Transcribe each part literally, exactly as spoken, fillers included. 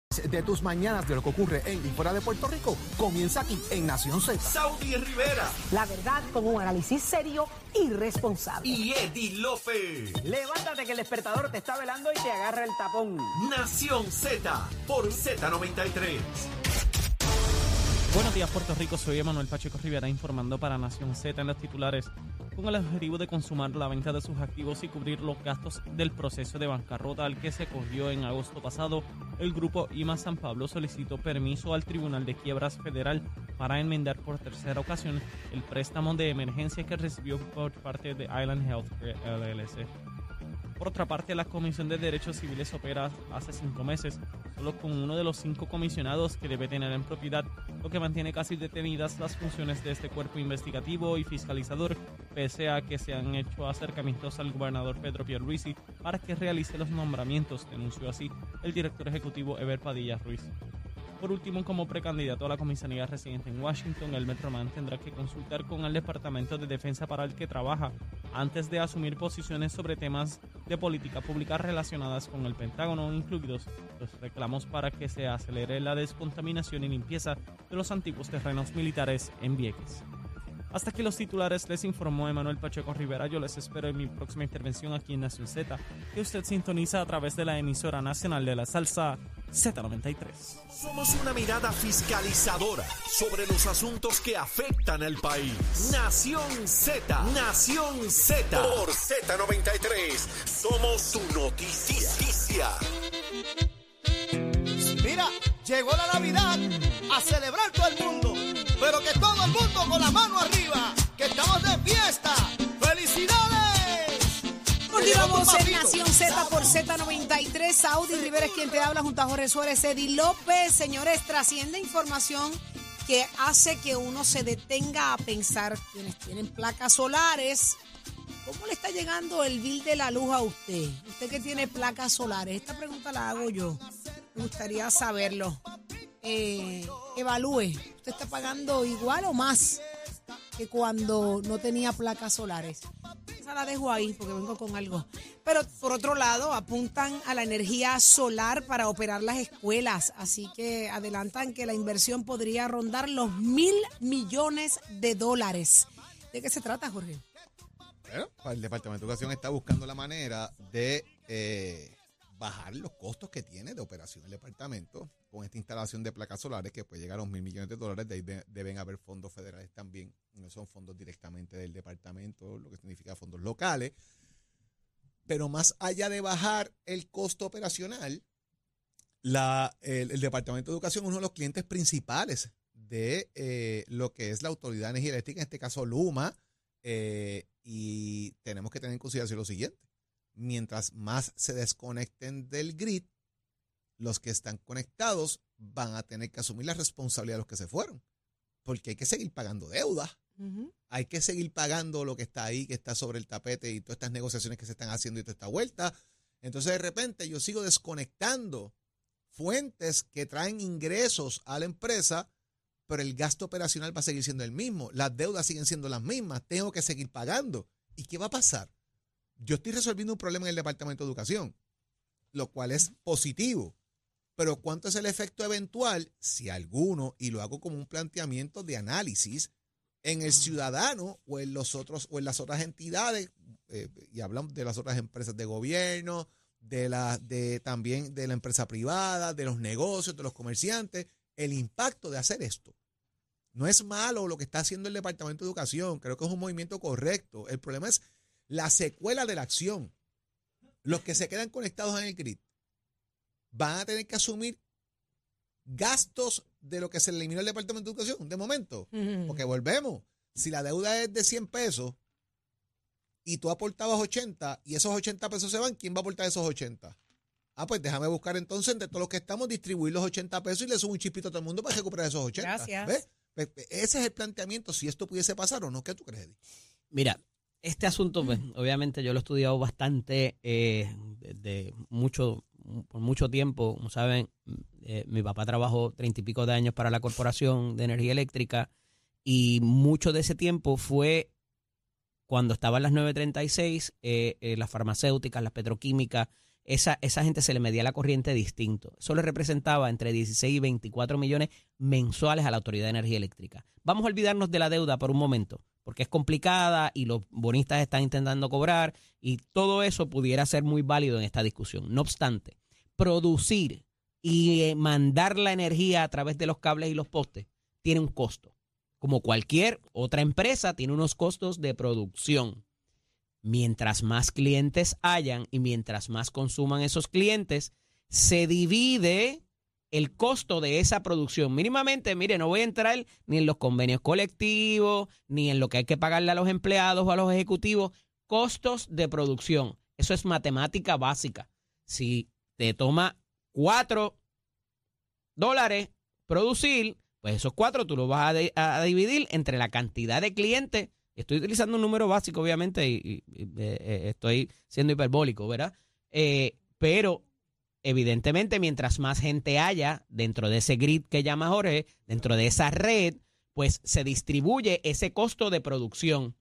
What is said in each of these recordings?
De tus mañanas, de lo que ocurre en y fuera de Puerto Rico, comienza aquí en Nación Z. Saudi Rivera. La verdad con un análisis serio y responsable. Y Eddie Lofe. Levántate que el despertador te está velando y te agarra el tapón. Nación Z por Z noventa y tres. Buenos días, Puerto Rico. Soy Emanuel Pacheco Rivera informando para Nación Z en los titulares. Con el objetivo de consumar la venta de sus activos y cubrir los gastos del proceso de bancarrota al que se cogió en agosto pasado, el grupo I M A San Pablo solicitó permiso al Tribunal de Quiebras Federal para enmendar por tercera ocasión el préstamo de emergencia que recibió por parte de Island Healthcare L L C. Por otra parte, la Comisión de Derechos Civiles opera hace cinco meses, solo con uno de los cinco comisionados que debe tener en propiedad, lo que mantiene casi detenidas las funciones de este cuerpo investigativo y fiscalizador, pese a que se han hecho acercamientos al gobernador Pedro Pierluisi para que realice los nombramientos, denunció así el director ejecutivo Eber Padilla Ruiz. Por último, como precandidato a la comisaría residente en Washington, el Metroman tendrá que consultar con el Departamento de Defensa para el que trabaja antes de asumir posiciones sobre temas de política pública relacionadas con el Pentágono, incluidos los reclamos para que se acelere la descontaminación y limpieza de los antiguos terrenos militares en Vieques. Hasta aquí los titulares, les informó Emanuel Pacheco Rivera. Yo les espero en mi próxima intervención aquí en Nación Z, que usted sintoniza a través de la emisora nacional de la salsa Z noventa y tres. Somos una mirada fiscalizadora sobre los asuntos que afectan al país. Nación Z, Nación Z. Por Z noventa y tres, somos su noticia. Mira, llegó la Navidad a celebrar todo el mundo, pero que todo el mundo con la mano arriba, que estamos de fiesta. ¡Felicidades! Continuamos en Nación Z por Z noventa y tres. Saudi Rivera es quien te habla junto a Jorge Suárez, Eddie López. Señores, trasciende información que hace que uno se detenga a pensar, quienes tienen placas solares, ¿cómo le está llegando el bill de la luz a usted? Usted que tiene placas solares, esta pregunta la hago yo. Me gustaría saberlo. Eh, evalúe, ¿usted está pagando igual o más que cuando no tenía placas solares? Esa la dejo ahí porque vengo con algo. Pero por otro lado, apuntan a la energía solar para operar las escuelas. Así que adelantan que la inversión podría rondar los mil millones de dólares. ¿De qué se trata, Jorge? Bueno, el Departamento de Educación está buscando la manera de eh, bajar los costos que tiene de operación el departamento con esta instalación de placas solares que puede llegar a los mil millones de dólares. De ahí de, deben haber fondos federales también, no son fondos directamente del departamento, lo que significa fondos locales. Pero más allá de bajar el costo operacional, la, el, el Departamento de Educación es uno de los clientes principales de eh, lo que es la Autoridad de Energía Eléctrica, en este caso LUMA, eh, y tenemos que tener en consideración lo siguiente. Mientras más se desconecten del grid, los que están conectados van a tener que asumir la responsabilidad de los que se fueron, porque hay que seguir pagando deuda, uh-huh. Hay que seguir pagando lo que está ahí, que está sobre el tapete y todas estas negociaciones que se están haciendo y toda esta vuelta. Entonces de repente yo sigo desconectando fuentes que traen ingresos a la empresa, pero el gasto operacional va a seguir siendo el mismo, las deudas siguen siendo las mismas, tengo que seguir pagando. ¿Y qué va a pasar? Yo estoy resolviendo un problema en el Departamento de Educación, lo cual es positivo. Pero ¿cuánto es el efecto eventual? Si alguno, y lo hago como un planteamiento de análisis, en el ciudadano o en los otros o en las otras entidades, eh, y hablamos de las otras empresas de gobierno, de la, de también de la empresa privada, de los negocios, de los comerciantes, el impacto de hacer esto. No es malo lo que está haciendo el Departamento de Educación, creo que es un movimiento correcto. El problema es la secuela de la acción. Los que se quedan conectados en el grid van a tener que asumir gastos de lo que se eliminó el Departamento de Educación de momento. Uh-huh. Porque volvemos, si la deuda es de cien pesos y tú aportabas ochenta y esos ochenta pesos se van, ¿quién va a aportar esos ochenta? Ah, pues déjame buscar entonces entre todos los que estamos, distribuir los ochenta pesos y le subo un chispito a todo el mundo para recuperar esos ochenta. Gracias. ¿Ves? Ese es el planteamiento, si esto pudiese pasar o no. ¿Qué tú crees, Eddie? Mira, este asunto, pues, obviamente yo lo he estudiado bastante, eh, de, de mucho, por mucho tiempo. Como saben, eh, mi papá trabajó treinta y pico de años para la Corporación de Energía Eléctrica y mucho de ese tiempo fue cuando estaban las nueve treinta y seis, eh, eh, las farmacéuticas, las petroquímicas, esa, esa gente se le medía la corriente distinto. Eso le representaba entre dieciséis y veinticuatro millones mensuales a la Autoridad de Energía Eléctrica. Vamos a olvidarnos de la deuda por un momento, porque es complicada y los bonistas están intentando cobrar y todo eso pudiera ser muy válido en esta discusión. No obstante, producir y eh, mandar la energía a través de los cables y los postes tiene un costo. Como cualquier otra empresa, tiene unos costos de producción. Mientras más clientes hayan y mientras más consuman esos clientes, se divide el costo de esa producción. Mínimamente, mire, no voy a entrar ni en los convenios colectivos, ni en lo que hay que pagarle a los empleados o a los ejecutivos. Costos de producción. Eso es matemática básica. Si te toma cuatro dólares producir, pues esos cuatro tú los vas a, de, a dividir entre la cantidad de clientes. Estoy utilizando un número básico, obviamente, y, y, y eh, estoy siendo hiperbólico, ¿verdad? Eh, pero, evidentemente, mientras más gente haya dentro de ese grid que llama Jorge, dentro de esa red, pues se distribuye ese costo de producción.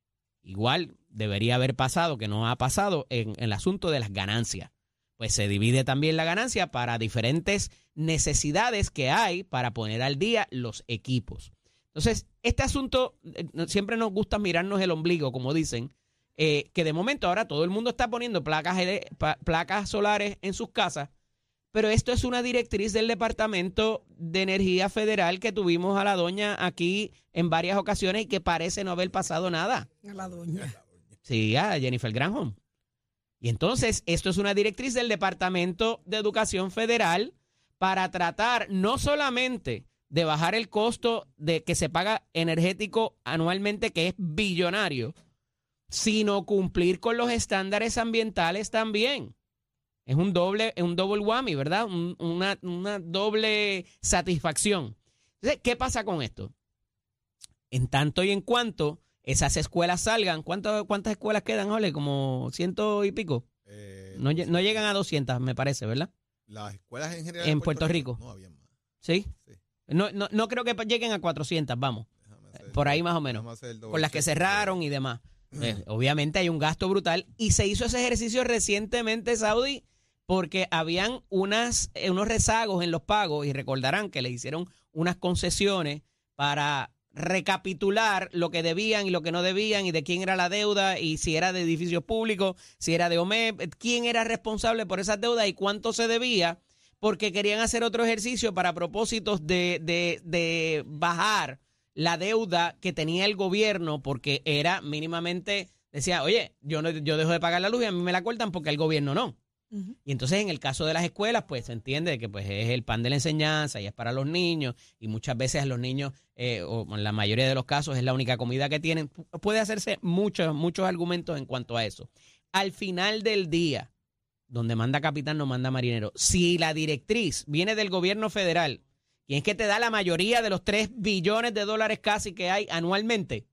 Igual debería haber pasado, que no ha pasado, en, en el asunto de las ganancias. Pues se divide también la ganancia para diferentes necesidades que hay para poner al día los equipos. Entonces, este asunto, eh, siempre nos gusta mirarnos el ombligo, como dicen, eh, que de momento ahora todo el mundo está poniendo placas, pa, placas solares en sus casas, pero esto es una directriz del Departamento de Energía Federal que tuvimos a la doña aquí en varias ocasiones y que parece no haber pasado nada. A la doña. Sí, a Jennifer Granholm. Y entonces, esto es una directriz del Departamento de Educación Federal para tratar no solamente de bajar el costo de que se paga energético anualmente, que es billonario, sino cumplir con los estándares ambientales también. Es un doble, un double whammy, ¿verdad? Un, una, una doble satisfacción. Entonces, ¿qué pasa con esto? En tanto y en cuanto esas escuelas salgan, ¿cuánto, ¿cuántas escuelas quedan, Jorge? Como ciento y pico. Eh, no, no llegan a doscientas, me parece, ¿verdad? Las escuelas en general en Puerto, Puerto Rico. Rico. No, había más. ¿Sí? Sí. No, no, no creo que lleguen a cuatrocientas, vamos. Por ahí más o menos. Con las que cerraron y demás. Eh, obviamente hay un gasto brutal y se hizo ese ejercicio recientemente, Saudi, porque habían unas, eh, unos rezagos en los pagos y recordarán que le hicieron unas concesiones para recapitular lo que debían y lo que no debían y de quién era la deuda y si era de edificios públicos, si era de O M E P, quién era responsable por esas deudas y cuánto se debía, porque querían hacer otro ejercicio para propósitos de, de, de bajar la deuda que tenía el gobierno, porque era mínimamente, decía, oye, yo no, yo dejo de pagar la luz y a mí me la cortan porque el gobierno no. Uh-huh. Y entonces en el caso de las escuelas, pues se entiende que pues es el pan de la enseñanza y es para los niños y muchas veces los niños, eh, o en la mayoría de los casos, es la única comida que tienen. Puede hacerse muchos, muchos argumentos en cuanto a eso. Al final del día, donde manda capitán no manda marinero. Si la directriz viene del gobierno federal, ¿quién es que te da la mayoría de los tres billones de dólares casi que hay anualmente?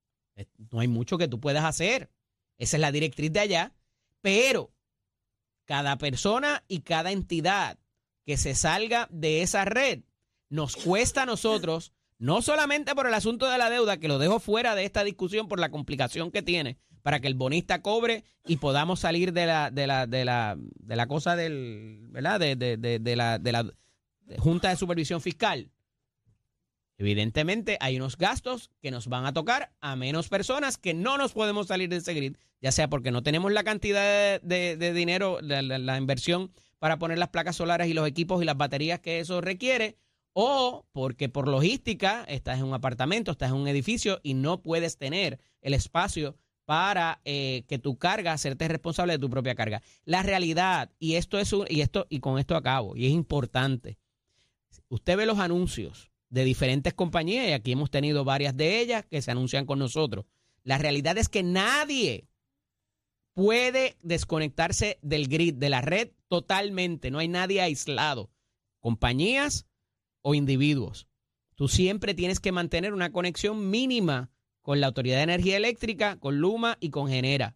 No hay mucho que tú puedas hacer. Esa es la directriz de allá. Pero cada persona y cada entidad que se salga de esa red nos cuesta a nosotros, no solamente por el asunto de la deuda, que lo dejo fuera de esta discusión por la complicación que tiene, para que el bonista cobre y podamos salir de la, de la, de la, de la cosa del, ¿verdad? De, de, de, de la, de la Junta de Supervisión Fiscal. Evidentemente hay unos gastos que nos van a tocar a menos personas que no nos podemos salir de ese grid, ya sea porque no tenemos la cantidad de, de, de dinero, la, la, la inversión para poner las placas solares y los equipos y las baterías que eso requiere, o porque por logística estás en un apartamento, estás en un edificio y no puedes tener el espacio para eh, que tu carga, hacerte responsable de tu propia carga. La realidad, y esto es un, y esto y con esto acabo, y es importante. Usted ve los anuncios de diferentes compañías, y aquí hemos tenido varias de ellas que se anuncian con nosotros. La realidad es que nadie puede desconectarse del grid, de la red totalmente. No hay nadie aislado, compañías o individuos. Tú siempre tienes que mantener una conexión mínima con la Autoridad de Energía Eléctrica, con Luma y con Genera.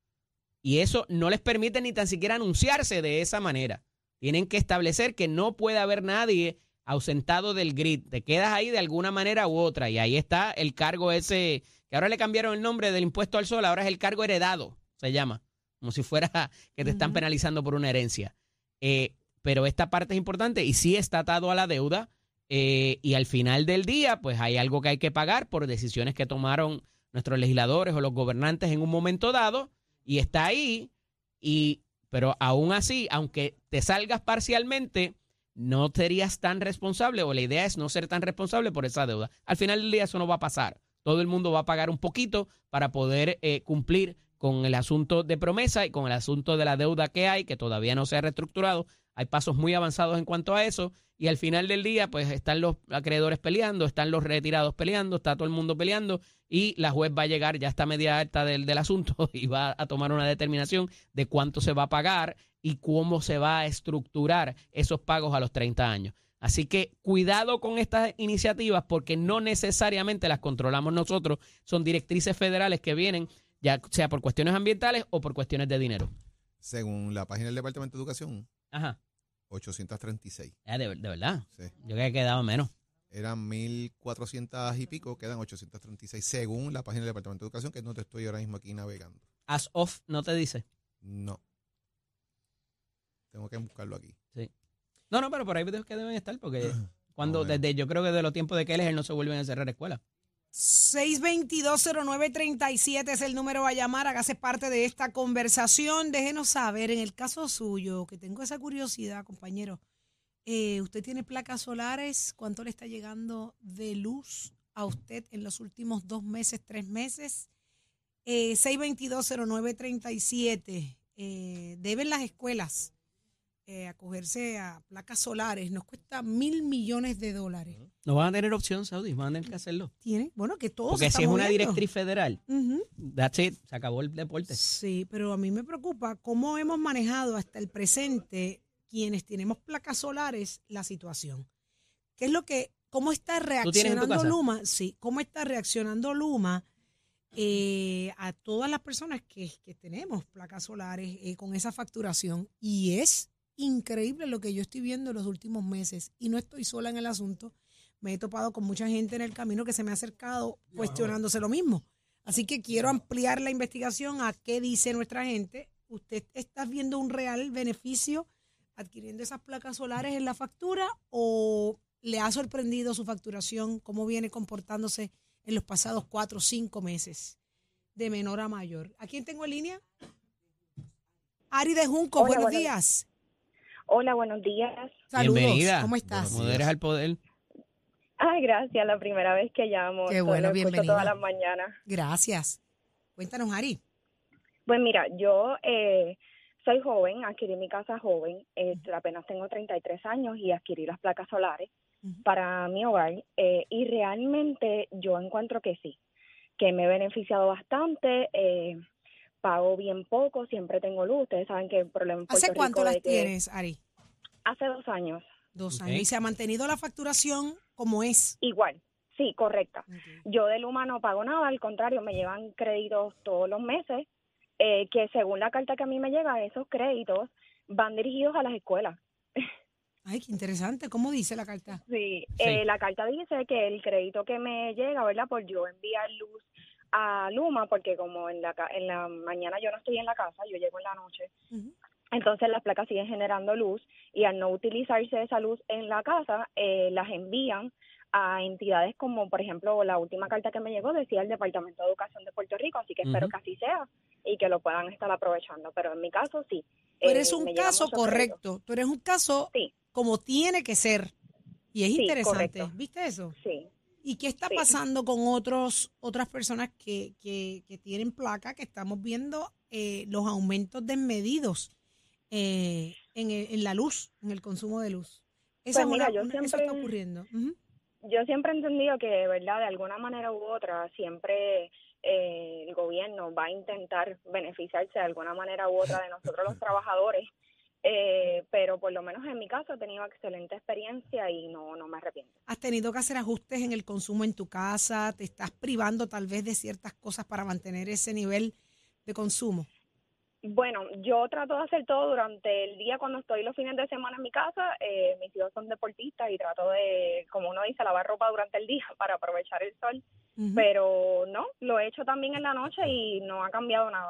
Y eso no les permite ni tan siquiera anunciarse de esa manera. Tienen que establecer que no puede haber nadie ausentado del grid. Te quedas ahí de alguna manera u otra. Y ahí está el cargo ese, que ahora le cambiaron el nombre del impuesto al sol, ahora es el cargo heredado, se llama. como si fuera que te están Ujú. penalizando por una herencia. Eh, pero esta parte es importante y sí está atado a la deuda eh, y al final del día pues hay algo que hay que pagar por decisiones que tomaron nuestros legisladores o los gobernantes en un momento dado y está ahí, y pero aún así, aunque te salgas parcialmente, no serías tan responsable o la idea es no ser tan responsable por esa deuda. Al final del día eso no va a pasar. Todo el mundo va a pagar un poquito para poder eh, cumplir con el asunto de promesa y con el asunto de la deuda que hay, que todavía no se ha reestructurado. Hay pasos muy avanzados en cuanto a eso y al final del día pues están los acreedores peleando, están los retirados peleando, está todo el mundo peleando y la juez va a llegar, ya está media alta del, del asunto y va a tomar una determinación de cuánto se va a pagar y cómo se va a estructurar esos pagos a los treinta años. Así que cuidado con estas iniciativas porque no necesariamente las controlamos nosotros, son directrices federales que vienen ya sea por cuestiones ambientales o por cuestiones de dinero. Según la página del Departamento de Educación, Ajá. ochocientos treinta y seis. Ah, de, de verdad. Sí. Yo creo que quedaba menos. Eran mil cuatrocientos y pico, quedan ochocientos treinta y seis, según la página del Departamento de Educación, que no te estoy ahora mismo aquí navegando. As of no te dice. No. Tengo que buscarlo aquí. Sí. No, no, pero por ahí es que deben estar porque cuando Bueno. desde yo creo que de los tiempos de Keller no se vuelven a cerrar escuelas. seis dos dos, cero nueve tres siete es el número a llamar. Hágase parte de esta conversación. Déjenos saber, en el caso suyo, que tengo esa curiosidad, compañero. Eh, ¿Usted tiene placas solares? ¿Cuánto le está llegando de luz a usted en los últimos dos meses, tres meses? Eh, seis dos dos, cero nueve tres siete. Eh, deben las escuelas eh, acogerse a placas solares. Nos cuesta mil millones de dólares. No van a tener opción, Saudi, van a tener que hacerlo. ¿Tiene? Bueno, que todo Porque se está si es una moviendo. directriz federal, Ujú. that's it, se acabó el deporte. Sí, pero a mí me preocupa cómo hemos manejado hasta el presente quienes tenemos placas solares la situación. ¿Qué es lo que, cómo está tienes en tu reaccionando casa? Luma? Sí, cómo está reaccionando Luma eh, a todas las personas que, que tenemos placas solares eh, con esa facturación. Y es increíble lo que yo estoy viendo en los últimos meses. Y no estoy sola en el asunto. Me he topado con mucha gente en el camino que se me ha acercado cuestionándose lo mismo. Así que quiero ampliar la investigación a qué dice nuestra gente. ¿Usted está viendo un real beneficio adquiriendo esas placas solares en la factura o le ha sorprendido su facturación, cómo viene comportándose en los pasados cuatro o cinco meses de menor a mayor? ¿A quién tengo en línea? Ari de Junco, Hola, buenos buenos- días. Hola, buenos días. Saludos, Bienvenida. ¿cómo estás? Buenos Moderes al poder. Ay, gracias, la primera vez que llamo. Qué Todo bueno, lo escucho bienvenida. todas las mañanas. Gracias. Cuéntanos, Ari. Pues mira, yo eh, soy joven, adquirí mi casa joven, eh, apenas tengo treinta y tres años y adquirí las placas solares Ujú. para mi hogar eh, y realmente yo encuentro que sí, que me he beneficiado bastante, eh, pago bien poco, siempre tengo luz. Ustedes saben que el problema en Puerto ¿Hace cuánto Rico las de que tienes, Ari? hace dos años, Dos Ok. años. ¿Y se ha mantenido la facturación como es? igual, sí, correcta. Ok. Yo de Luma no pago nada, al contrario, me llevan créditos todos los meses, eh, que según la carta que a mí me llega, esos créditos van dirigidos a las escuelas. Ay, qué interesante. ¿Cómo dice la carta? Sí, Sí. eh, la carta dice que el crédito que me llega, ¿verdad? Por yo enviar luz a Luma, porque como en la, ca- en la mañana yo no estoy en la casa, yo llego en la noche, Ujú. entonces las placas siguen generando luz y al no utilizarse esa luz en la casa, eh, las envían a entidades como, por ejemplo, la última carta que me llegó decía el Departamento de Educación de Puerto Rico, así que espero Ujú. que así sea y que lo puedan estar aprovechando. Pero en mi caso, sí. Tú eres eh, un me llegan caso muchos créditos. correcto. Tú eres un caso Sí, como tiene que ser. Y es Sí, interesante. correcto. ¿Viste eso? sí. ¿Y qué está Sí. pasando con otros otras personas que, que, que tienen placa, que estamos viendo eh, los aumentos desmedidos eh, en, el- en la luz, en el consumo de luz? Esa Pues es mira, una- yo una- eso siempre- está ocurriendo. Ujú. Yo siempre he entendido que, ¿verdad? De alguna manera u otra, siempre eh, el gobierno va a intentar beneficiarse de alguna manera u otra de nosotros los trabajadores, eh, pero por lo menos en mi caso he tenido excelente experiencia y no, no me arrepiento. ¿Has tenido que hacer ajustes en el consumo en tu casa? ¿Te estás privando tal vez de ciertas cosas para mantener ese nivel de consumo? Bueno, yo trato de hacer todo durante el día cuando estoy los fines de semana en mi casa. Eh, mis hijos son deportistas y trato de, como uno dice, lavar ropa durante el día para aprovechar el sol. Ujú. Pero no, lo he hecho también en la noche y no ha cambiado nada.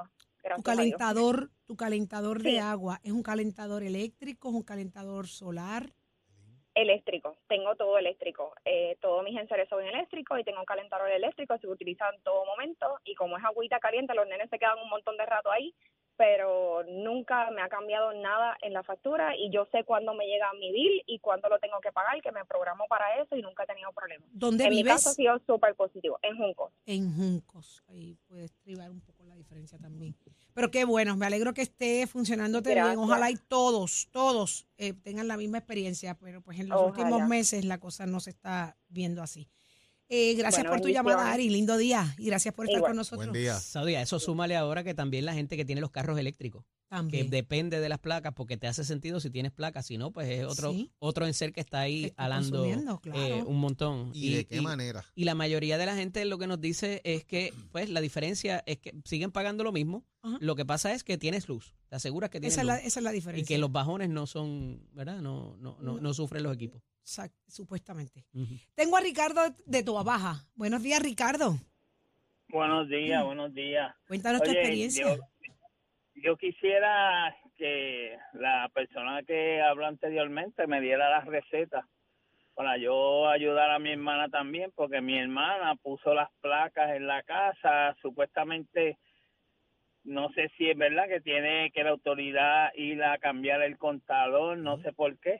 gracias Tu a Dios. calentador, tu calentador Sí. de agua, ¿es un calentador eléctrico, es un calentador solar? Eléctrico, tengo todo eléctrico, eh, todos mis enseres son eléctricos y tengo un calentador eléctrico, se utiliza en todo momento y como es agüita caliente, los nenes se quedan un montón de rato ahí, pero nunca me ha cambiado nada en la factura y yo sé cuándo me llega mi bill y cuándo lo tengo que pagar, que me programo para eso y nunca he tenido problemas. ¿Dónde En vives? mi caso ha sido súper positivo, en Junco. En Juncos. Ahí puedes estribar un poco la diferencia también. Pero qué bueno, me alegro que esté funcionándote bien. Gracias. Ojalá y todos, todos eh, tengan la misma experiencia, pero pues en los Ojalá. últimos meses la cosa no se está viendo así. Eh, gracias Bueno, por tu bendiciones. llamada, Ari. Lindo día y gracias por estar Igual. con nosotros. Buen día. Saudi, a eso súmale ahora que también la gente que tiene los carros eléctricos, que También. depende de las placas, porque te hace sentido si tienes placas, si no, pues es otro Sí. otro enser que está ahí Que está alando consumiendo, claro. eh, un montón. ¿Y, de qué manera? Y la mayoría de la gente lo que nos dice es que pues la diferencia es que siguen pagando lo mismo, Ajá. lo que pasa es que tienes luz, te aseguras que tienes Esa es, la, luz esa es la y diferencia. que los bajones no son, ¿verdad? No, no, no, no sufren los equipos. Exact- supuestamente. Ujú. Tengo a Ricardo de Toa Baja. Buenos días, Ricardo. Buenos días, buenos días. Cuéntanos tu Oye, experiencia. Yo, yo quisiera que la persona que habló anteriormente me diera las recetas para yo ayudar a mi hermana también, porque mi hermana puso las placas en la casa, supuestamente, no sé si es verdad que tiene que la autoridad ir a cambiar el contador, no sé por qué.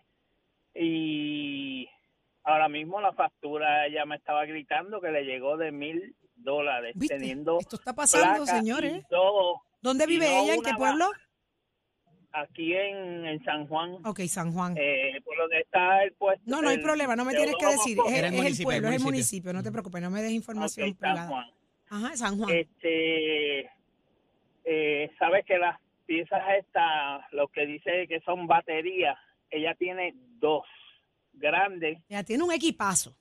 Y ahora mismo la factura, ella me estaba gritando que le llegó de mil dólares, ¿Viste? teniendo Esto está pasando, placas señores. y todo. ¿Dónde y vive no ella? ¿En qué una pueblo? Aquí en, en San Juan, Ok, San Juan. eh, por donde está el puesto. No, no hay el problema, no me tienes que Teodoro decir. Moscoso. Es, Era el es el municipio, pueblo, el es el municipio. municipio. No te preocupes, no me des información Ok, San privada. Juan. Ajá, San Juan. Este, eh, sabes que las piezas estas, lo que dice que son baterías, ella tiene dos grandes. Ya tiene un equipazo.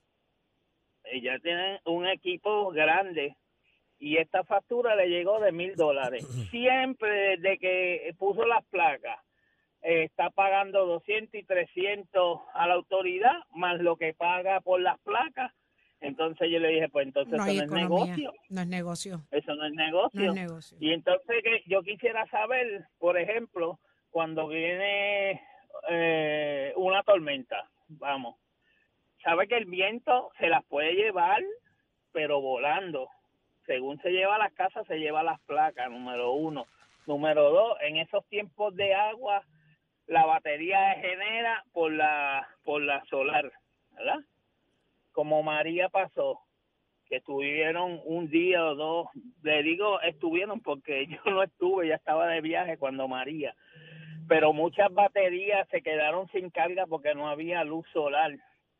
Ella tiene un equipo grande y esta factura le llegó de mil dólares. Siempre desde que puso las placas eh, está pagando doscientos y trescientos a la autoridad más lo que paga por las placas. Entonces yo le dije, pues entonces No eso hay no es economía. negocio. No es negocio. Eso no es negocio. No es negocio. Y entonces que yo quisiera saber, por ejemplo, cuando viene eh, una tormenta, vamos, sabe que el viento se las puede llevar, pero volando. Según se lleva las casas, se lleva las placas, número uno. Número dos, en esos tiempos de agua, la batería genera por la, por la solar, ¿verdad? Como María pasó, que estuvieron un día o dos, le digo estuvieron porque yo no estuve, ya estaba de viaje cuando María, pero muchas baterías se quedaron sin carga porque no había luz solar.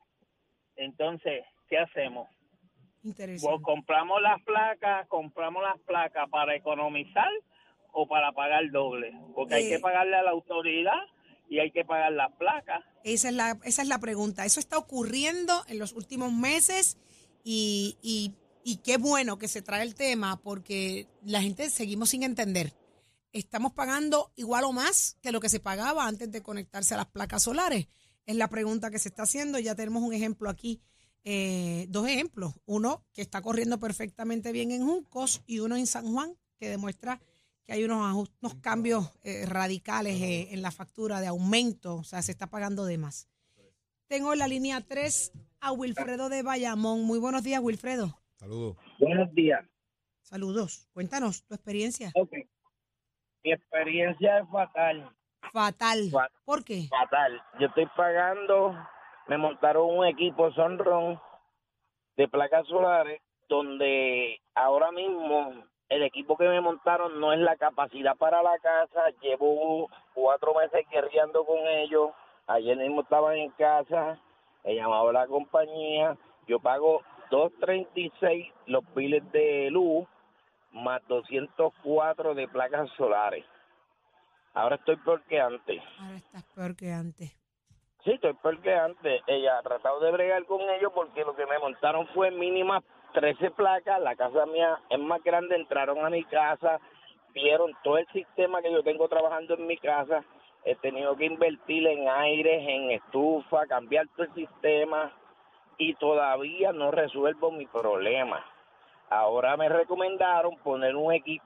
Entonces, ¿qué hacemos? Interesante. Pues compramos las placas, compramos las placas para economizar o para pagar doble, porque hay Eh, que pagarle a la autoridad y hay que pagar las placas. Esa es la, esa es la pregunta. Eso está ocurriendo en los últimos meses y, y, y qué bueno que se trae el tema porque la gente seguimos sin entender. ¿Estamos pagando igual o más que lo que se pagaba antes de conectarse a las placas solares? Es la pregunta que se está haciendo. Ya tenemos un ejemplo aquí, eh, dos ejemplos. Uno que está corriendo perfectamente bien en Juncos y uno en San Juan que demuestra que hay unos, ajust- unos cambios eh, radicales eh, en la factura de aumento, o sea, se está pagando de más. Tengo en la línea tres a Wilfredo de Bayamón. Muy buenos días, Wilfredo. Saludos. Buenos días. Saludos. Cuéntanos tu experiencia. Ok. Mi experiencia es fatal. Fatal. Fa- ¿Por qué? Fatal. Yo estoy pagando, me montaron un equipo Sunrun de placas solares donde ahora mismo el equipo que me montaron no es la capacidad para la casa. Llevo cuatro meses guerreando con ellos. Ayer mismo estaban en casa, he llamado a la compañía. Yo pago doscientos treinta y seis los biles de luz más doscientos cuatro de placas solares. Ahora estoy peor que antes. Ahora estás peor que antes. Sí, estoy peor que antes. Ella ha tratado de bregar con ellos porque lo que me montaron fue mínima trece placas. La casa mía es más grande. Entraron a mi casa, vieron todo el sistema que yo tengo trabajando en mi casa. He tenido que invertir en aires, en estufa, cambiar todo el sistema y todavía no resuelvo mi problema. Ahora me recomendaron poner un equipo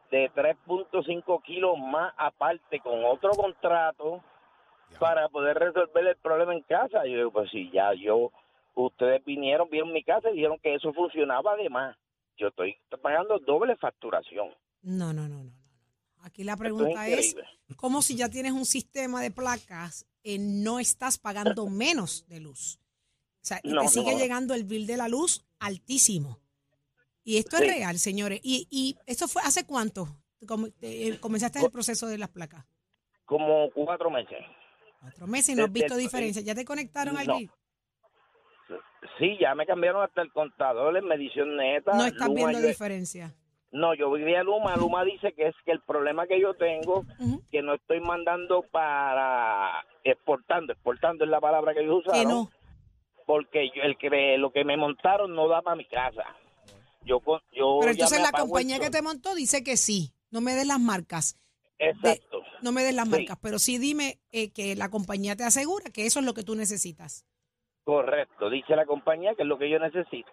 de tres punto cinco kilos más aparte con otro contrato para poder resolver el problema en casa. Yo digo, pues sí, ya yo, ustedes vinieron, vieron mi casa y dijeron que eso funcionaba además. Yo estoy pagando doble facturación. No, no, no, no. no. Aquí la pregunta es, es, ¿cómo si ya tienes un sistema de placas, eh, no estás pagando menos de luz? O sea, y no, te sigue no. llegando el bill de la luz altísimo. Y esto sí. es real, señores. ¿Y, y eso fue hace cuánto? ¿Comenzaste el proceso de las placas? Como cuatro meses. Cuatro meses y no has visto diferencia. ¿Ya te conectaron al bill? Sí, ya me cambiaron hasta el contador en medición neta. ¿No estás Luma, viendo yo, diferencia? No, yo viví a Luma. Luma dice que es que el problema que yo tengo, uh-huh. que no estoy mandando para exportando. Exportando es la palabra que ellos usaron. Que no. Porque yo, el que lo que me montaron no da para mi casa. Yo, yo Pero entonces la compañía esto. que te montó dice que sí. No me des las marcas. Exacto. De, no me des las sí. marcas, pero sí dime eh, que la compañía te asegura que eso es lo que tú necesitas. Correcto, dice la compañía que es lo que yo necesito.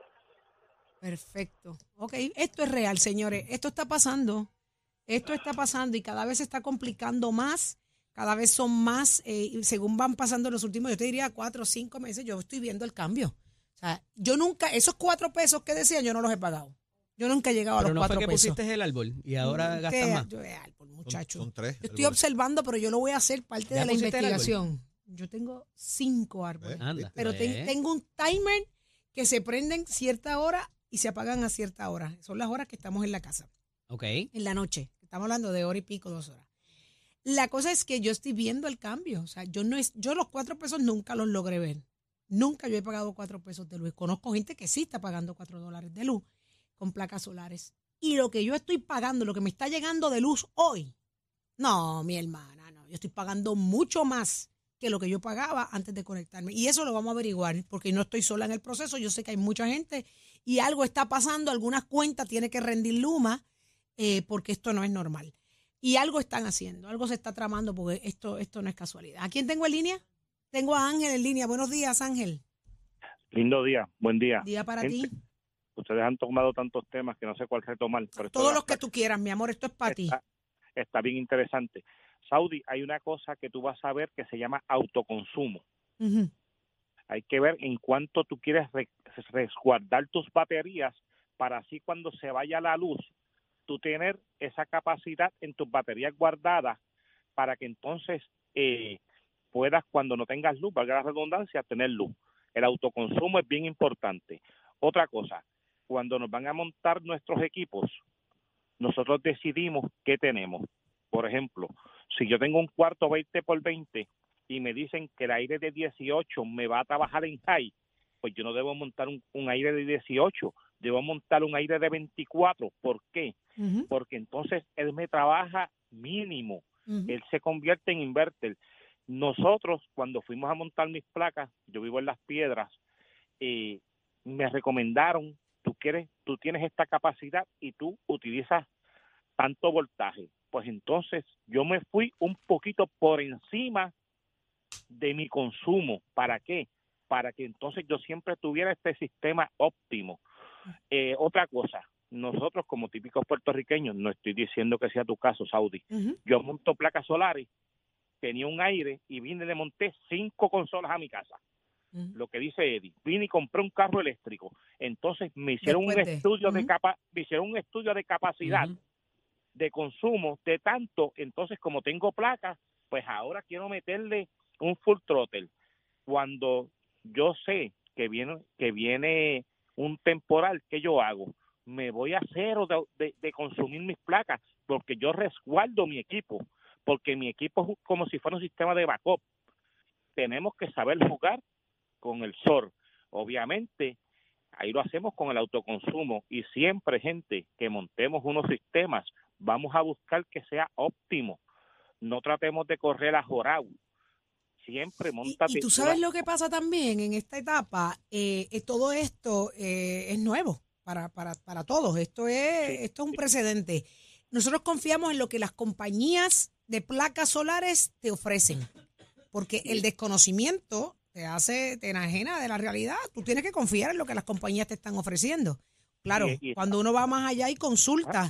Perfecto. Ok, esto es real, señores. Esto está pasando. Esto está pasando y cada vez se está complicando más. Cada vez son más, eh, según van pasando los últimos, yo te diría cuatro o cinco meses, yo estoy viendo el cambio. O sea, yo nunca, esos cuatro pesos que decían, yo no los he pagado. Yo nunca he llegado pero a los no cuatro fue que pesos. pusiste el árbol y ahora gastas ¿Qué? más. Yo, el árbol, muchacho. Son, son tres. Yo estoy observando, pero yo lo voy a hacer parte de la investigación. El yo tengo cinco árboles. ¿Eh? Anda, pero ¿eh? ten, tengo un timer que se prenden cierta hora y se apagan a cierta hora. Son las horas que estamos en la casa. Ok. En la noche. Estamos hablando de hora y pico, dos horas. La cosa es que yo estoy viendo el cambio. O sea, yo no es, yo los cuatro pesos nunca los logré ver. Nunca yo he pagado cuatro pesos de luz. Conozco gente que sí está pagando cuatro dólares de luz con placas solares. Y lo que yo estoy pagando, lo que me está llegando de luz hoy, no, mi hermana, no. Yo estoy pagando mucho más que lo que yo pagaba antes de conectarme. Y eso lo vamos a averiguar, porque no estoy sola en el proceso. Yo sé que hay mucha gente y algo está pasando. Algunas cuentas tiene que rendir Luma eh, porque esto no es normal. Y algo están haciendo, algo se está tramando porque esto, esto no es casualidad. ¿A quién tengo en línea? Tengo a Ángel en línea. Buenos días, Ángel. Lindo día, buen día. Día para Gente, ti. Ustedes han tomado tantos temas que no sé cuál retomar. Pero Todos los que tú quieras, mi amor, esto es para ti. Está bien interesante. Saudi, hay una cosa que tú vas a ver que se llama autoconsumo. Uh-huh. Hay que ver en cuánto tú quieres resguardar tus baterías para así cuando se vaya la luz, tú tener esa capacidad en tus baterías guardadas para que entonces eh, puedas, cuando no tengas luz, valga la redundancia, tener luz. El autoconsumo es bien importante. Otra cosa, cuando nos van a montar nuestros equipos, nosotros decidimos qué tenemos. Por ejemplo, si yo tengo un cuarto veinte por veinte y me dicen que el aire de dieciocho me va a trabajar en high, pues yo no debo montar un, un aire de dieciocho, debo montar un aire de veinticuatro. ¿Por qué? Uh-huh. Porque entonces él me trabaja mínimo, uh-huh. él se convierte en inverter. Nosotros, cuando fuimos a montar mis placas, yo vivo en Las Piedras, eh, me recomendaron, tú quieres, tú tienes esta capacidad y tú utilizas tanto voltaje. Pues entonces yo me fui un poquito por encima de mi consumo. ¿Para qué? Para que entonces yo siempre tuviera este sistema óptimo. Eh, otra cosa, nosotros como típicos puertorriqueños, no estoy diciendo que sea tu caso, Saudi, uh-huh. yo monto placas solares, tenía un aire y vine y le monté cinco consolas a mi casa. Uh-huh. Lo que dice Eddie, vine y compré un carro eléctrico. Entonces me hicieron un estudio uh-huh. de capa, me hicieron un estudio de capacidad uh-huh. de consumo de tanto. Entonces, como tengo placas, pues ahora quiero meterle un full throttle. Cuando yo sé que viene que viene un temporal, ¿qué yo hago? Me voy a cero de, de, de consumir mis placas porque yo resguardo mi equipo, porque mi equipo es como si fuera un sistema de backup. Tenemos que saber jugar con el sol. Obviamente, ahí lo hacemos con el autoconsumo y siempre, gente, que montemos unos sistemas, vamos a buscar que sea óptimo. No tratemos de correr a jorau. Siempre montate. Y, y tú sabes lo que pasa también en esta etapa, eh, eh, todo esto eh, es nuevo para, para, para todos. Esto es, sí, esto es un sí. precedente. Nosotros confiamos en lo que las compañías de placas solares te ofrecen, porque sí. el desconocimiento te hace, te enajena de la realidad. Tú tienes que confiar en lo que las compañías te están ofreciendo. Claro, sí, cuando uno va más allá y consulta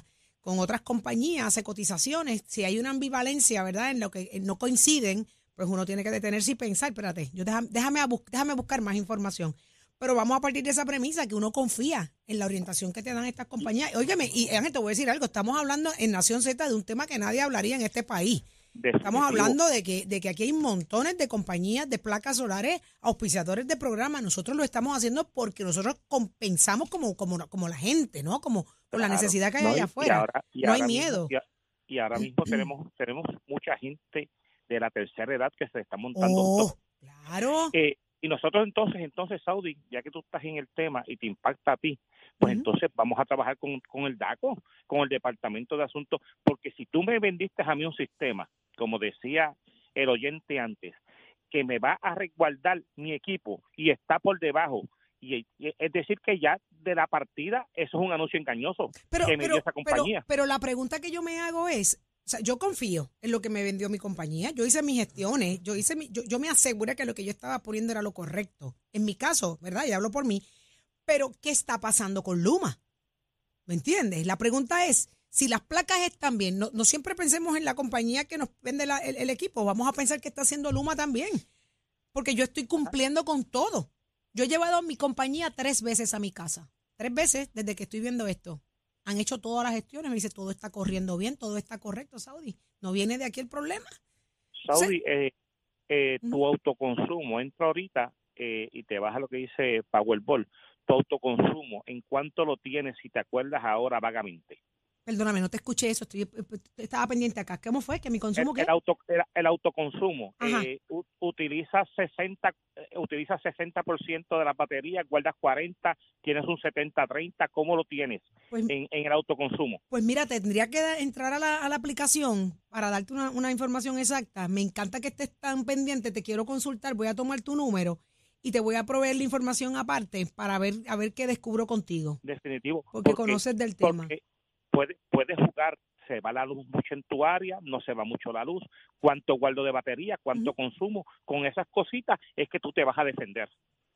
con otras compañías, hace cotizaciones. Si hay una ambivalencia, ¿verdad?, en lo que no coinciden, pues uno tiene que detenerse y pensar, espérate, yo déjame, déjame, a bus- déjame buscar más información. Pero vamos a partir de esa premisa que uno confía en la orientación que te dan estas compañías. Óigame, y Ángel, te voy a decir algo, estamos hablando en Nación Z de un tema que nadie hablaría en este país. Definitivo. Estamos hablando de que, de que aquí hay montones de compañías de placas solares, auspiciadores de programas. Nosotros lo estamos haciendo porque nosotros compensamos como, como, como la gente, ¿no? Como con la Claro. necesidad que hay No, y- allá y afuera. ahora- y no hay ahora miedo. mismo- y, y ahora mismo tenemos tenemos mucha gente de la tercera edad que se está montando. Oh, claro. Eh, y nosotros entonces, entonces, Saudi, ya que tú estás en el tema y te impacta a ti, pues Ujú. entonces vamos a trabajar con, con el DACO, con el Departamento de Asuntos, porque si tú me vendiste a mí un sistema, como decía el oyente antes, que me va a resguardar mi equipo y está por debajo, y, y es decir que ya de la partida eso es un anuncio engañoso Pero, que me pero, dio esa pero, compañía. pero la pregunta que yo me hago es, o sea, yo confío en lo que me vendió mi compañía, yo hice mis gestiones, yo hice mi, yo, yo me aseguré que lo que yo estaba poniendo era lo correcto. En mi caso, ¿verdad? Y hablo por mí. Pero, ¿qué está pasando con Luma? ¿Me entiendes? La pregunta es, si las placas están bien, no, no siempre pensemos en la compañía que nos vende la- el, el equipo, vamos a pensar que está haciendo Luma también. Porque yo estoy cumpliendo con todo. Yo he llevado a mi compañía tres veces a mi casa. Tres veces desde que estoy viendo esto. Han hecho todas las gestiones, me dice, todo está corriendo bien, todo está correcto, Saudi. No viene de aquí el problema. Saudi, eh, eh, Ujú. tu autoconsumo, entra ahorita eh, y te vas a lo que dice Powerball, tu autoconsumo, ¿en cuánto lo tienes si te acuerdas ahora vagamente? Perdóname, no te escuché eso, estoy, estaba pendiente acá. ¿Cómo fue? ¿Que mi consumo El, qué? el, auto, el, el autoconsumo, Ajá. eh, u- utiliza sesenta, eh, utiliza sesenta por ciento de la batería, guardas cuarenta, tienes un setenta treinta, ¿cómo lo tienes Pues, en, en el autoconsumo? pues mira, tendría que da- entrar a la, a la aplicación para darte una, una información exacta. Me encanta que estés tan pendiente, te quiero consultar, voy a tomar tu número y te voy a proveer la información aparte para ver a ver qué descubro contigo, Definitivo. porque, conoces del tema. Porque puedes puede jugar, se va la luz mucho en tu área, no se va mucho la luz, cuánto guardo de batería, cuánto Ujú. consumo, con esas cositas es que tú te vas a defender.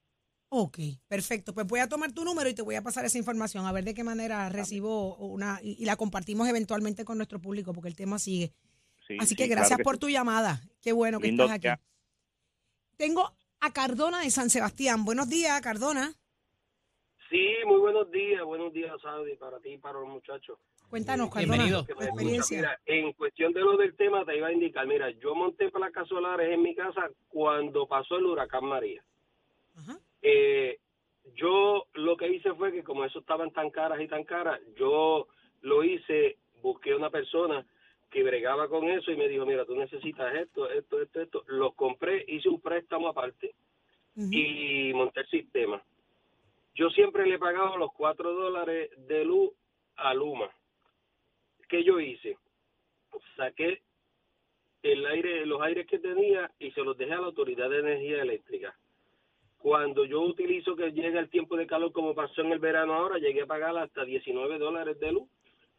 Ok, perfecto. Pues voy a tomar tu número y te voy a pasar esa información, a ver de qué manera recibo una y, y la compartimos eventualmente con nuestro público, porque el tema sigue. Sí, Así sí, que claro gracias que por sí. tu llamada. Qué bueno que Lindo estás aquí. día. Tengo a Cardona de San Sebastián. Buenos días, Cardona. Sí, muy buenos días, buenos días, Saudi, para ti y para los muchachos. Cuéntanos, Cardona, Bienvenido. tu Que me escuchan. experiencia. Mira, en cuestión de lo del tema te iba a indicar, mira, yo monté placas solares en mi casa cuando pasó el huracán María. Ajá. Eh, yo lo que hice fue que como eso estaban tan caras y tan caras, yo lo hice, busqué una persona que bregaba con eso y me dijo, mira, tú necesitas esto, esto, esto, esto. Los compré, hice un préstamo aparte Ujú. y monté el sistema. Yo siempre le he pagado los cuatro dólares de luz a Luma. ¿Qué yo hice? Saqué el aire, los aires que tenía y se los dejé a la Autoridad de Energía Eléctrica. Cuando yo utilizo que llega el tiempo de calor como pasó en el verano ahora, llegué a pagar hasta diecinueve dólares de luz.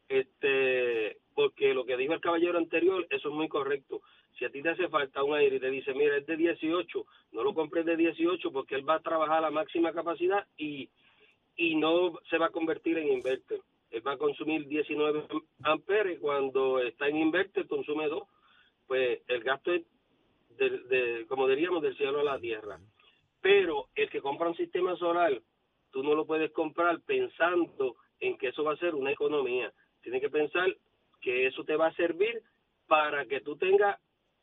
Este, porque lo que dijo el caballero anterior, eso es muy correcto. Si a ti te hace falta un aire y te dice, mira, es de dieciocho, no lo compres de dieciocho porque él va a trabajar a la máxima capacidad y, y no se va a convertir en inverter. Él va a consumir diecinueve amperes, cuando está en inverter consume dos. Pues el gasto es, de, de, como diríamos, del cielo a la tierra. Pero el que compra un sistema solar, tú no lo puedes comprar pensando en que eso va a ser una economía. Tienes que pensar que eso te va a servir para que tú tengas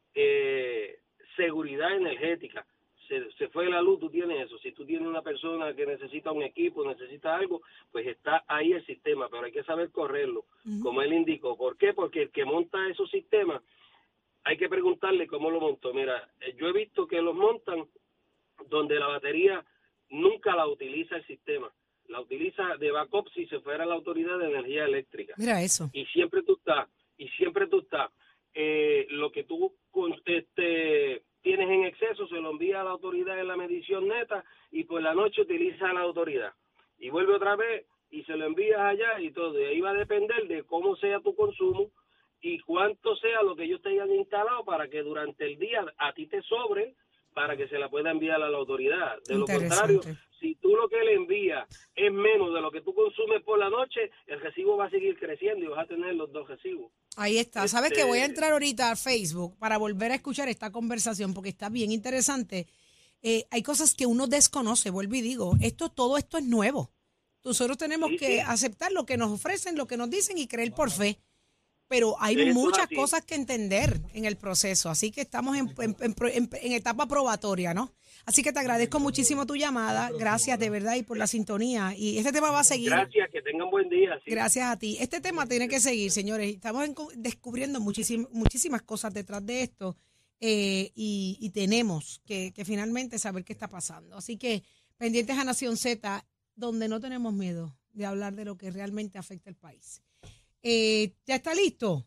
eh, seguridad energética. Se, se fue la luz, tú tienes eso. Si tú tienes una persona que necesita un equipo, necesita algo, pues está ahí el sistema, pero hay que saber correrlo, Ujú. como él indicó. ¿Por qué? Porque el que monta esos sistemas, hay que preguntarle cómo lo montó. Mira, eh, yo he visto que los montan donde la batería nunca la utiliza el sistema. La utiliza de backup si se fuera la Autoridad de Energía Eléctrica. Mira eso. Y siempre tú estás, y siempre tú estás, eh, lo que tú con, este, tienes en exceso se lo envía a la autoridad en la medición neta y por la noche utiliza a la autoridad. Y vuelve otra vez y se lo envías allá y todo. Y ahí va a depender de cómo sea tu consumo y cuánto sea lo que ellos te hayan instalado para que durante el día a ti te sobre para que se la pueda enviar a la autoridad. De lo Interesante. contrario, si tú lo que le envías es menos de lo que tú consumes por la noche, el recibo va a seguir creciendo y vas a tener los dos recibos. Ahí está. ¿Sabes Este- que voy a entrar ahorita a Facebook para volver a escuchar esta conversación porque está bien interesante? Eh, hay cosas que uno desconoce, vuelvo y digo, esto, todo esto es nuevo. Nosotros tenemos Sí, que sí. aceptar lo que nos ofrecen, lo que nos dicen y creer por fe. Pero hay Eso es muchas así. cosas que entender en el proceso, así que estamos en, en- en- en- en etapa probatoria, ¿no? Así que te agradezco muchísimo tu llamada, gracias de verdad y por la sintonía. Y este tema va a seguir. Gracias, que tengan buen día. sí. Gracias a ti. Este tema tiene que seguir, señores. Estamos en- descubriendo muchísim- muchísimas cosas detrás de esto eh, y, y tenemos que, que finalmente saber qué está pasando. Así que pendientes a Nación Z, donde no tenemos miedo de hablar de lo que realmente afecta al país. Eh, ¿Ya está listo?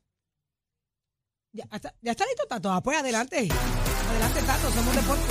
¿Ya está, ya está listo, Tato? Ah, pues adelante. Adelante, Tato. Somos deporte.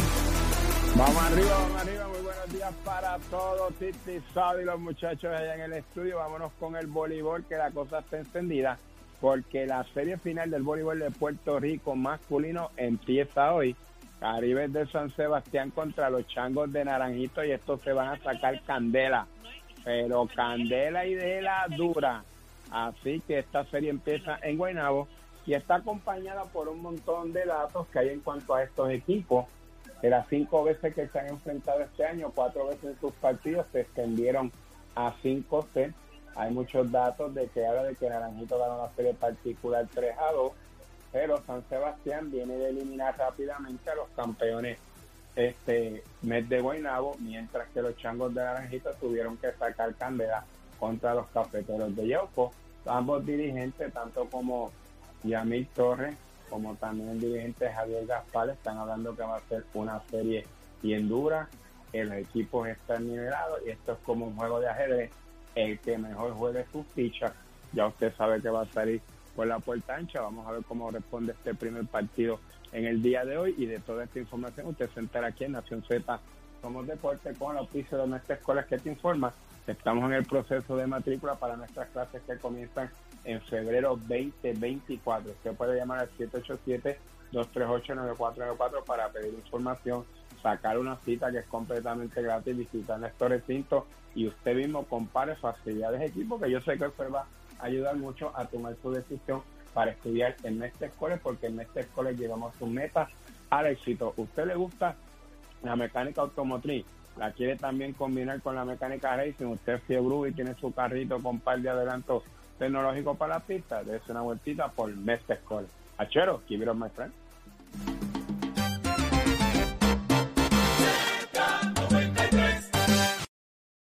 Vamos arriba, vamos arriba, muy buenos días para todos, Titi, Saudi y los muchachos allá en el estudio. Vámonos con el voleibol, que la cosa está encendida, porque la serie final del voleibol de Puerto Rico masculino empieza hoy. Caribes de San Sebastián contra los Changos de Naranjito, y estos se van a sacar candela, pero candela y de la dura. Así que esta serie empieza en Guaynabo y está acompañada por un montón de datos que hay en cuanto a estos equipos. De las cinco veces que se han enfrentado este año, cuatro veces en sus partidos se extendieron a cinco sets. Hay muchos datos de que habla de que Naranjito ganó una serie particular tres a dos, pero San Sebastián viene de eliminar rápidamente a los campeones este mes de Guaynabo, mientras que los Changos de Naranjito tuvieron que sacar candela contra los Cafeteros de Yauco. Ambos dirigentes, tanto como Yamil Torres como también el dirigente Javier Gaspar, están hablando que va a ser una serie bien dura. El equipo está nivelado y esto es como un juego de ajedrez. El que mejor juegue sus fichas, ya usted sabe que va a salir por la puerta ancha. Vamos a ver cómo responde este primer partido en el día de hoy, y de toda esta información usted se entera aquí en Nación Z Somos Deporte, con el auspicio de nuestra escuela que te informa. Estamos en el proceso de matrícula para nuestras clases que comienzan en febrero veinte veinticuatro. Usted puede llamar al siete ocho siete, dos tres ocho, nueve cuatro nueve cuatro para pedir información, sacar una cita que es completamente gratis, visitar nuestro recinto y usted mismo compare facilidades de equipo, que yo sé que usted va a ayudar mucho a tomar su decisión para estudiar en Mestre Escoles, porque en Mestre Escoles llevamos sus metas al éxito. ¿Usted le gusta la mecánica automotriz? ¿La quiere también combinar con la mecánica racing? Usted es fiebre y tiene su carrito con par de adelantos tecnológicos para la pista. Debe ser una vueltita por Mestre Escoles. Achero, give it up, my friend.